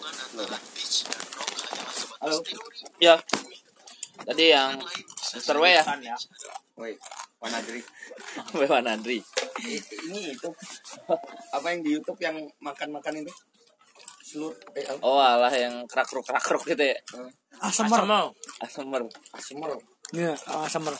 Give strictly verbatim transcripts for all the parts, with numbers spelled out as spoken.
Halo. Ya. Tadi yang Mister W ya? Woi, Wanadri. W Wanadri. Ini itu apa yang di YouTube yang makan-makan itu? Selut. Eh, apa? Oh, alah yang krakruk krakruk gitu ya. Asemer. Asemer. Asemer. Iya, asemer.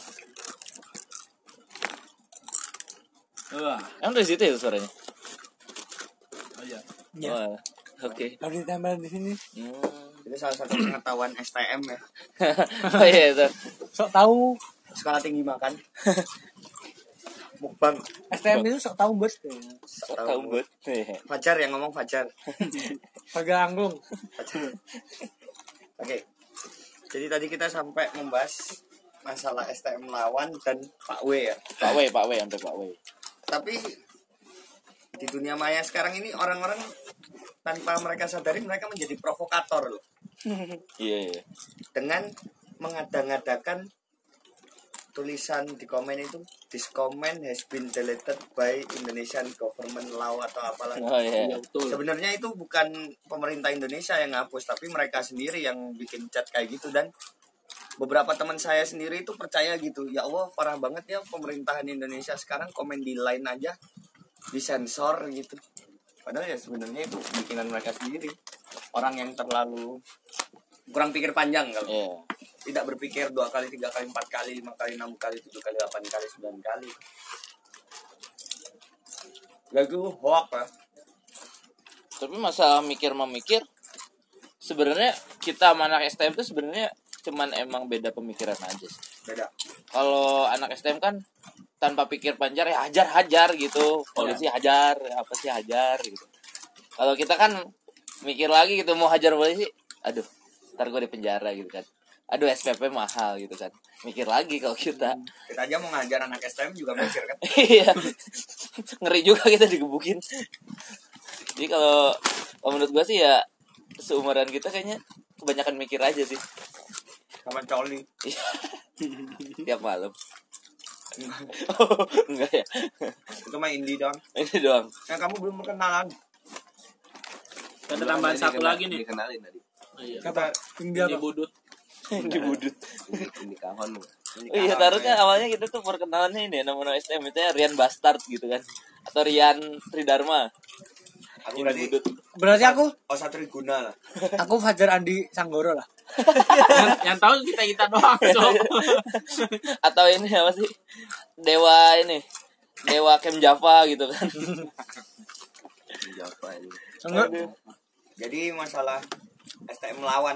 Wah, yang dari situ ya suaranya. Oh iya. Iya. Oh, oke. Harus ditambah di sini. Hmm. Itu salah satu pengetahuan S T M ya. Oh iya itu. Sok tahu Sekolah tinggi makan. Mukbang. S T M itu sok tahu bos. Sok tahu bet. Fajar yang ngomong Fajar. Agak anggung. Fajar. Oke. Jadi tadi kita sampai membahas masalah S T M lawan dan Pak W ya. Pak W, Pak W, sampai Pak W. Tapi di dunia maya sekarang ini orang-orang tanpa mereka sadari mereka menjadi provokator loh. Iya, iya. Dengan mengada-ngadakan tulisan di komen itu, this comment has been deleted by Indonesian government law atau apalah. Oh iya. Sebenarnya itu bukan pemerintah Indonesia yang ngapus, tapi mereka sendiri yang bikin chat kayak gitu. Dan beberapa teman saya sendiri itu percaya gitu, ya Allah parah banget ya pemerintahan Indonesia sekarang, komen di line aja disensor gitu. Padahal ya sebenarnya itu bikinan mereka sendiri. Orang yang terlalu kurang pikir panjang kalau Iya. tidak berpikir dua kali, tiga kali, empat kali, lima kali, enam kali, tujuh kali, delapan kali, sembilan kali. Lagu hoax ya. Tapi masalah mikir memikir, sebenarnya kita sama anak S T M itu sebenarnya cuman emang beda pemikiran aja sih. Beda. Kalau anak S T M kan tanpa pikir panjang ya hajar-hajar gitu. Polisi hajar, apa sih hajar gitu. Kalau kita kan mikir lagi gitu, mau hajar polisi, aduh, ntar gue di penjara gitu kan. Aduh, S P P mahal gitu kan. Mikir lagi kalau kita. Kita aja mau ngajar anak S T M juga mikir kan. Iya. Ngeri juga kita digebukin. Jadi kalau kalau menurut gue sih ya seumuran kita kayaknya kebanyakan mikir aja sih. Sama coli. Tiap malam. Oh, enggak ya. Itu mah indie doang. Ini doang. Nah, kamu belum perkenalan. Ada tambahan satu lagi nih. Dikenalin tadi. Oh, iya. Kata India Ini apa? budut. Di budut. Ini kahon. Oh iya, taruh kan awalnya kita tuh perkenalannya ini nama-nama S T M itu ya Rian Bastard gitu kan. Atau Rian Tridharma. Aku Ini berarti budut. Berarti aku oh Satriguna lah. aku Fajar Andi Sanggoro lah. yang, yang tahu kita kita doang. So. Atau ini apa sih? Dewa ini. Dewa Kem Java gitu kan. Java ini. Enggak. Jadi masalah S T M lawan.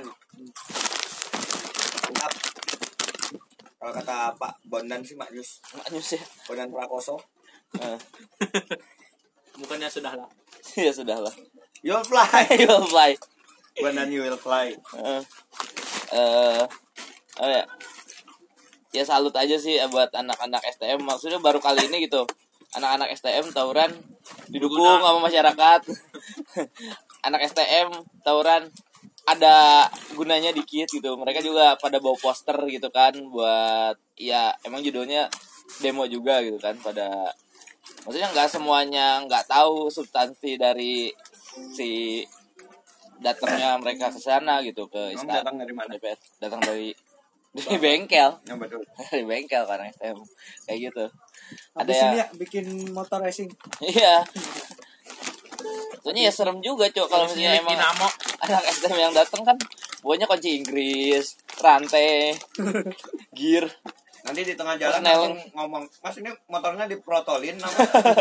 Up. Kalau kata Pak Bondan sih Maknyus. Maknyus ya. Bondan Prakoso. Eh, Bukannya sudah lah. ya sudahlah. You'll fly. You'll fly. Bondan you will fly. Eh, eh, oh ya. Ya salut aja sih buat anak-anak S T M. Maksudnya baru kali ini gitu. Anak-anak S T M tawuran didukung sama masyarakat. Anak S T M tawuran ada gunanya dikit gitu. Mereka juga pada bawa poster gitu kan buat ya emang judulnya demo juga gitu kan, pada maksudnya nggak semuanya nggak tahu substansi dari si datangnya mereka ke sana gitu ke Kamu istana. datang dari mana? D P R. Datang dari dari bengkel. Yang betul. Dari bengkel karena S T M kayak gitu. Ada Habis ini ya, ya bikin motor racing. iya. Soalnya ya serem juga cok kalau misalnya emang Dinamo. anak S T M yang datang kan bawanya kunci Inggris, rantai, gear. Nanti di tengah jalan Persneling. langsung ngomong, Mas ini motornya diprotolin nama.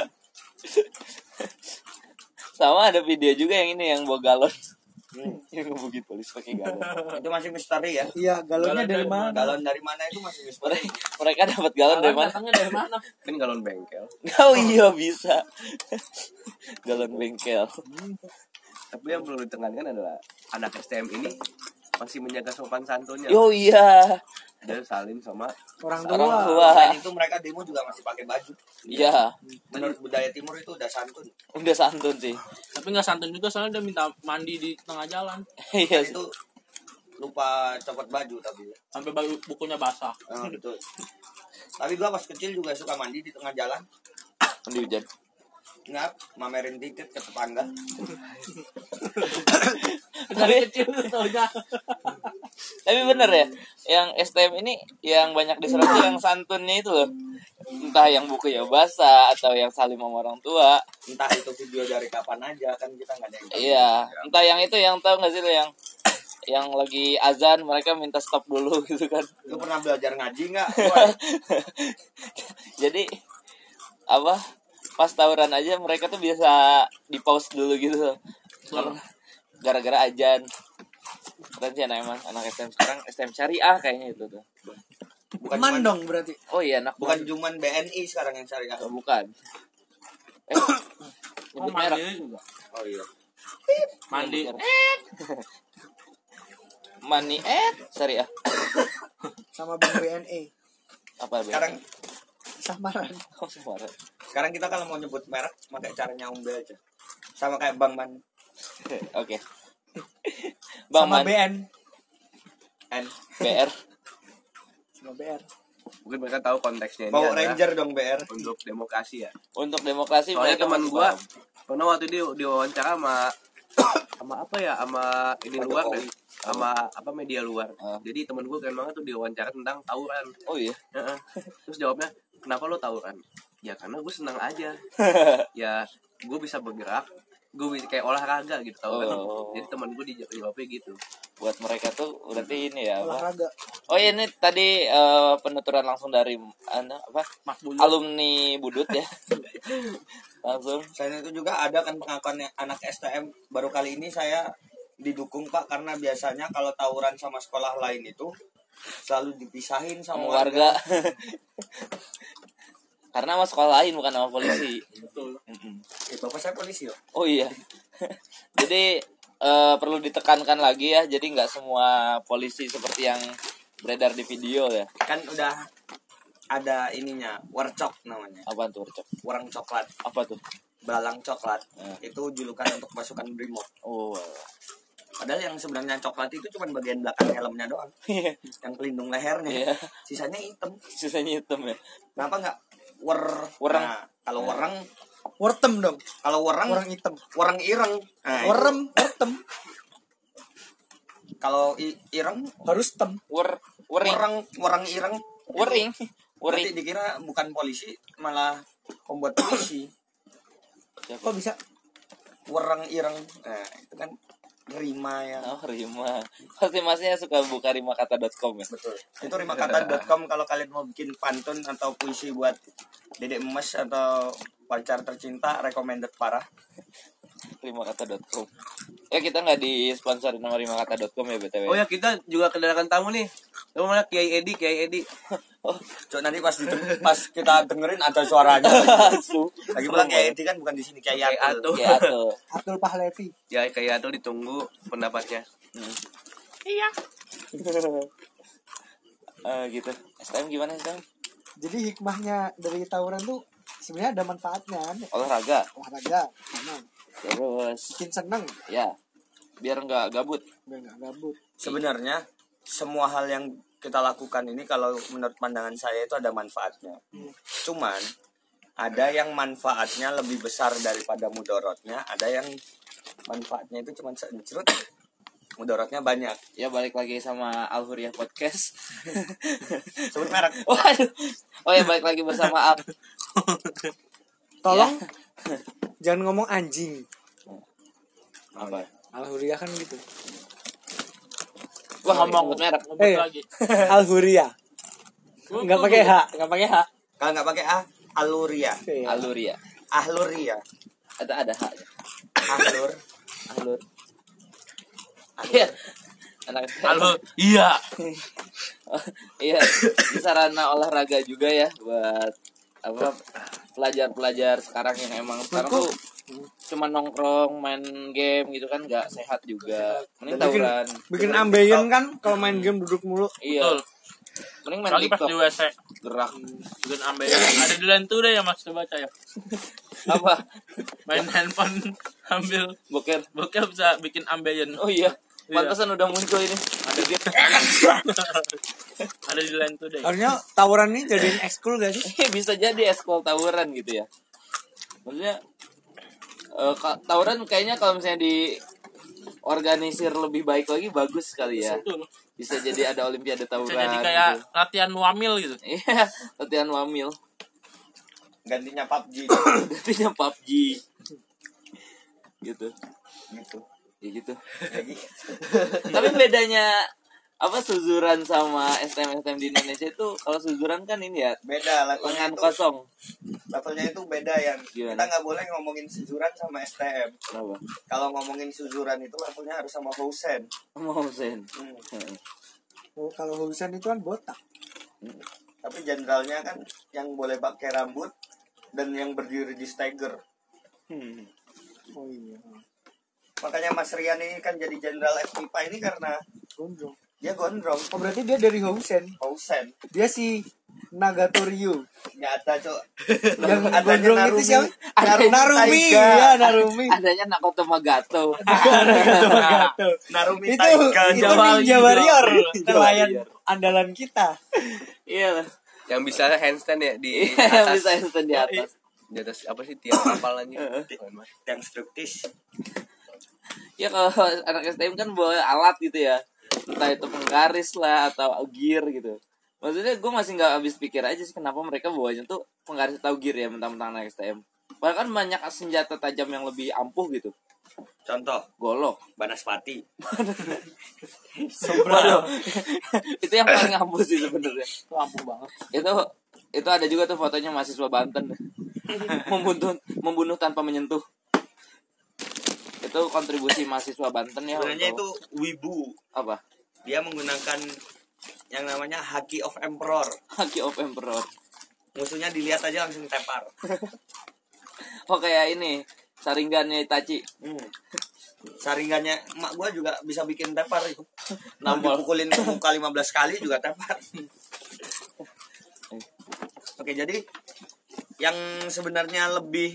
Sama ada video juga yang ini yang bawa galon. Yang ngebugit polisi pakai galon. Itu masih misteri ya. Iya, galonnya Galon dari dari mana? Galon dari mana itu masih misteri. Mereka, mereka dapat galon dari mana? Datangnya dari mana? Kan galon bengkel. Oh iya bisa. Galon bengkel. Tapi yang perlu ditekankan adalah anak S T M ini masih menjaga sopan santunnya. Yo iya. Dan salim sama Orang Orang tua. tua. Selain itu mereka demo juga masih pakai baju. Iya. Menurut budaya timur itu udah santun. Udah santun sih. Tapi nggak santun juga soalnya dia minta mandi di tengah jalan. Iya. Dan itu lupa copot baju tapi. Sampai baju bukunya basah. Nah, betul. Tapi gua pas kecil juga suka mandi di tengah jalan. Mandi hujan. Ngap, mamerin tiket ke tetangga. Itu dari kecil taunya. Tapi bener ya, yang S T M ini yang banyak diserang tuh yang santunnya itu loh. Entah yang bukunya basah atau yang salim sama orang tua. Entah itu video dari kapan aja kan kita nggak ada yang tahu. Iya, entah yang itu yang tahu nggak sih lo yang yang lagi azan mereka minta stop dulu gitu kan. Lu pernah belajar ngaji nggak? Jadi apa? Pas tawuran aja mereka tuh biasa di pause dulu gitu. Karena gara-gara ajan. Keren sih anak emang anak S T M sekarang S T M syariah kayaknya itu tuh. Bukan Man cuman, dong berarti. Oh iya anak bukan cuman B N I sekarang yang syariah. oh, bukan. Eh, Oh, nyebut merek. mandi juga. Oh iya. Mandi. Mani eh syariah. Sama Bang B N E. Apa be? Sekarang Samaran. Oh, suara. sekarang kita kalau mau nyebut merek pakai caranya Umbel aja. Sama kayak Bang Man Oke. Bang Sama Man B N. N. B R. Sama B R. Mungkin mereka tahu konteksnya ini Power adalah Ranger dong B R. untuk demokrasi ya. Untuk demokrasi Soalnya mereka teman masih gua paham. pernah waktu itu di diwawancara sama sama apa ya sama ini Pak luar Jokowi. deh sama apa media luar. Ah. Jadi temen gue keren banget tuh diwawancara tentang tawuran. Oh iya. Heeh. Terus jawabnya, kenapa lo tawuran? Ya karena gue senang aja. Ya gue bisa bergerak, gue bisa kayak olahraga gitu tau kan. Oh. Jadi temen gue dijawabnya gitu. Buat mereka tuh berarti ini ya apa? Olahraga. Oh iya ini tadi eh, penuturan langsung dari anda apa? Mas Bulu. Alumni Budut ya. Langsung. Selain itu juga ada kan pengakuan anak S T M baru kali ini saya didukung Pak karena biasanya kalau tawuran sama sekolah lain itu selalu dipisahin sama warga. warga. Karena sama sekolah lain bukan sama polisi. Betul. Mm-mm. Eh, Bapak saya polisi loh. Oh iya. Jadi eh, perlu ditekankan lagi ya. Jadi nggak semua polisi seperti yang beredar di video ya. Kan udah ada ininya, warcok namanya. Apa tuh Cok? Warang coklat, Apa tuh? belalang coklat. Eh. Itu julukan untuk pasukan Brimob. Oh. Padahal yang sebenarnya coklat itu cuma bagian belakang helmnya doang, yang pelindung lehernya. Iya. Sisanya hitam. Sisanya hitam ya. Kenapa nggak wer? Wereng. Nah, kalau wereng, Wortem dong. kalau wereng, Orang hitam. wereng ireng. Nah, itu. Werem, wortem. Kalau i- ireng, Harus tem. Wer wering. wereng, wereng ireng. Wering. Berarti Wering. dikira bukan polisi, malah pembuat puisi. Kok bisa? Wereng ireng. Nah, itu kan rima ya. Oh, Rima. Pasti masnya suka buka rimakata dot com ya. Betul. Itu rimakata dot com kalau kalian mau bikin pantun atau puisi buat Dedek Emes atau pacar tercinta, recommended parah. rimakata dot com. Ya kita nggak disponsori nama rimakata dot com ya B T W. Oh ya kita juga kedatangan tamu nih. Tahu mana Kiai Edi, Kiai Edi. Cok nanti pas diter- pas kita dengerin ada suaranya. Lagi pula kayak Edi kan bukan di sini kayak Kiai Atul. Atul. Ya tuh. Atul Pahlevi. Ya Kiai Atul ditunggu pendapatnya. Eh gitu. S T M gimana S T M? Jadi hikmahnya dari tawuran tuh sebenarnya ada manfaatnya kan. Olahraga. Olahraga, mana? Terus Bikin seneng, ya biar nggak gabut. biar nggak gabut. Sebenarnya semua hal yang kita lakukan ini kalau menurut pandangan saya itu ada manfaatnya. Cuman ada yang manfaatnya lebih besar daripada mudorotnya, ada yang manfaatnya itu cuma sencrut, mudorotnya banyak. Ya balik lagi sama Alhuriah Podcast. Sebut merek. Waduh. Oh ya balik lagi bersama Al. Tolong jangan ngomong anjing. Apa? Alhuria kan gitu. Wah, Ngomong sebut merek. Ngomong Eh. lagi. Alhuria. Enggak pakai H, enggak pakai H. Kalau nggak pakai A, aluria, Iya. Aluria. ahluria, Ada ada H. ahlur, Alur. Iya. Anak Halo. Iya. Iya, ini sarana olahraga juga ya buat apa pelajar-pelajar sekarang yang emang sekarang tuh cuma nongkrong main game gitu kan nggak sehat juga. Mending Bikin, tawuran. bikin ambeien kan kalau main game duduk mulu. Iya. Betul. Mending main Lagi pas di TikTok W C. gerak. Bikin ambil. Ada di line tuh deh ya Mas coba baca ya. Apa? Main handphone ambil Boker. bokep bisa bikin ambeien. Oh iya. Pantesan udah muncul ini. Ada di Ada di line tuh deh. Harusnya tawuran ini jadiin ekskul gak sih? Bisa jadi eskol tawuran gitu ya. Maksudnya eh, ka- tawuran kayaknya kalau misalnya di organisir lebih baik lagi bagus sekali ya. Betul. Bisa jadi ada olimpiade tawuran. Bisa jadi kayak gitu. latihan wamil gitu. Iya, latihan wamil. Gantinya P U B G. Gantinya P U B G. Gitu. Gitu. Ya gitu. Kayak gitu. Tapi bedanya apa suzuran sama S T M S T M di Indonesia itu, kalau suzuran kan ini ya Beda levelnya lengan itu. kosong. Levelnya itu beda yang Gimana? kita nggak boleh ngomongin suzuran sama S T M. Kenapa? Kalau ngomongin suzuran itu levelnya harus sama Housen. Mau sen. Hmm. Oh, kalau Husen itu kan botak. Tapi jenderalnya kan yang boleh pakai rambut dan yang berdiri di stagger. Hmm. Oh iya. Makanya Mas Rian ini kan jadi jenderal F I P A ini karena Gondrong. dia gondrong. Oh berarti dia dari Housen. Housen. Dia si Nagatoryu. Nyata, Cok. Yang Adanya gondrong itu Narumi. siapa? Ada Narumi. Taiga. Ya, Narumi. Adanya Nakoto Magato. Nagato. Narumi Itu Taiga. itu Jawa- Ninja Jawa- Warrior, Jawa nelayan Warrior. andalan kita. Iya lah. Yang bisa handstand ya di Yang atas. bisa instan di atas. Di atas apa sih tiang kapal lagi. Yang struktis. Ya kalau anak S T M kan bawa alat gitu ya. Entah itu penggaris lah atau gear gitu. Maksudnya gue masih nggak habis pikir aja sih kenapa mereka bawanya tuh penggaris atau gear ya mentang-mentang anak S T M. Bahkan banyak senjata tajam yang lebih ampuh gitu. Contoh, Golok. Banaspati. Waduh. Itu yang paling ampuh sih sebenarnya. Itu ampuh banget. Itu itu ada juga tuh fotonya mahasiswa Banten. membunuh membunuh tanpa menyentuh. Itu kontribusi mahasiswa Banten ya. Sebenarnya itu untuk- wibu. apa? Dia menggunakan yang namanya Haki of Emperor. Haki of Emperor. Musuhnya dilihat aja langsung tepar. Oh kayak ini saringannya Itachi. Hmm. Saringannya emak gua juga bisa bikin tepar itu. Nah, Nampol. dipukulin ke muka lima belas kali juga tepar. Oke, jadi yang sebenarnya lebih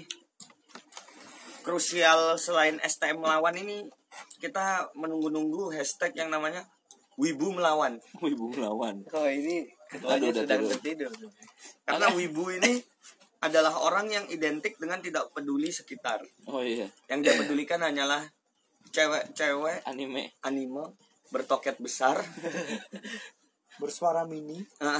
krusial selain S T M melawan ini, kita menunggu-nunggu hashtag yang namanya Wibu melawan. Wibu melawan. Oh ini Aduh, ketuanya udah sedang turun. tertidur. Karena Wibu ini adalah orang yang identik dengan tidak peduli sekitar. Oh iya, Yang dia pedulikan hanyalah cewek-cewek anime. anime bertoket besar. Bersuara mini. Ah,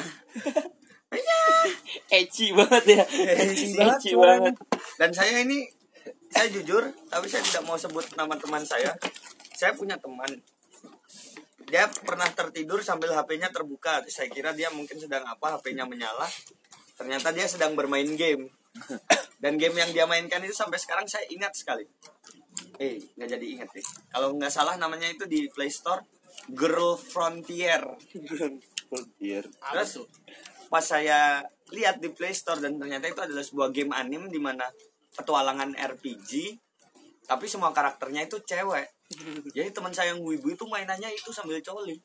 Ecchi banget ya. Ecchi banget Ecchi suaranya. banget. Dan saya ini, saya jujur, tapi saya tidak mau sebut nama teman saya. Saya punya teman. Dia pernah tertidur sambil H P-nya terbuka. Saya kira dia mungkin sedang apa, H P-nya menyala. Ternyata dia sedang bermain game. Dan game yang dia mainkan itu sampai sekarang saya ingat sekali. Eh, nggak jadi ingat deh. Kalau nggak salah namanya itu di Play Store, Girl Frontier. Frontier. Apa Terus tuh? pas saya lihat di Play Store dan ternyata itu adalah sebuah game anime di mana petualangan R P G, tapi semua karakternya itu cewek. Jadi teman saya yang wibu itu mainannya itu sambil coli.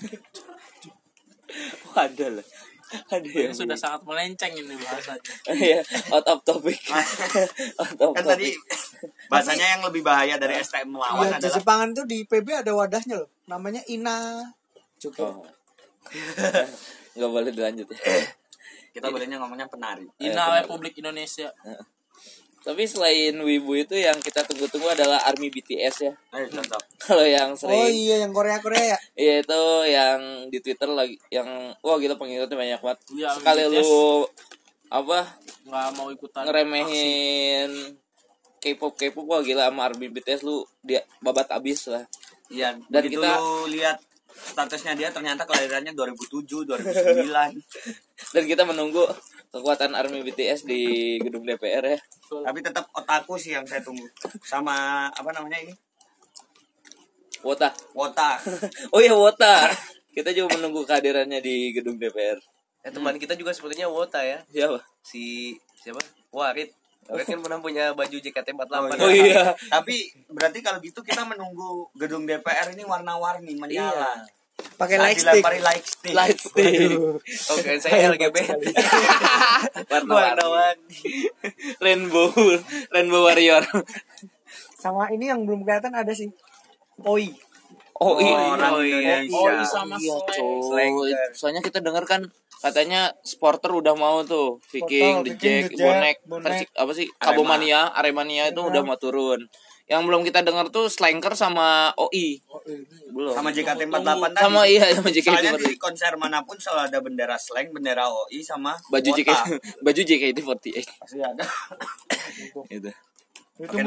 Oh, ada lah. Ada Ini yang sudah sangat melenceng ini bahasanya. Iya, out of topic. out of Kan tadi topic. bahasanya yang lebih bahaya dari S T M melawan Iya, di adalah Jepangan tuh di P B ada wadahnya loh. Namanya Ina. Cukup. Oh. Nggak boleh dilanjut ya. kita bolehnya ngomongnya penari. Ina benar. Republik Indonesia. Tapi selain Wibu itu yang kita tunggu-tunggu adalah ARMY B T S ya. Ayo contoh. Kalau yang Oh sering iya yang Korea Korea ya. iya itu yang di Twitter lagi yang wah gila pengikutnya banyak banget. Iya, Sekali B T S. lu apa Nggak mau ikutan ngeremehin K-pop K-pop wah gila sama ARMY B T S lu dia babat abis lah. Iya, Dan begitu kita- lu lihat statusnya dia ternyata kelahirannya dua ribu tujuh, dua ribu sembilan. Dan kita menunggu kekuatan ARMY B T S di gedung D P R ya. Tapi tetap otaku sih yang saya tunggu. Sama apa namanya ini? Wota. Wota. Oh iya Wota. Kita juga menunggu kehadirannya di gedung D P R. Eh, teman kita juga sepertinya Wota ya. Siapa? Si siapa? Warid. Warid kan pernah punya baju J K T empat puluh delapan. Oh iya. Tapi berarti kalau gitu kita menunggu gedung D P R ini warna-warni menyala. Pakai Saat light stick. dilempari light stick. Light stick. Oke, saya L G B T. Warna-warni. Rainbow. Rainbow Warrior. Sama ini yang belum kelihatan ada sih. Oi. Oh, iya. orang oh iya. Indonesia. Oh, iya, sama Iya, Slang. coy. Soalnya kita dengar kan katanya supporter udah mau tuh Viking, Supporter, The Viking, Jack, The Jack, Bonek, Bonek. Persik, apa sih? Arema. Kabomania, Aremania itu Arema. udah mau turun. yang belum kita dengar tuh Slanker sama O I. Belum. Sama J K T empat puluh delapan tadi. Sama iya sama J K T Soalnya empat puluh delapan. di konser manapun selalu ada bendera Slang, bendera O I sama Baju J K T wota. baju J K T empat puluh delapan. Pasti ada. Gitu. Itu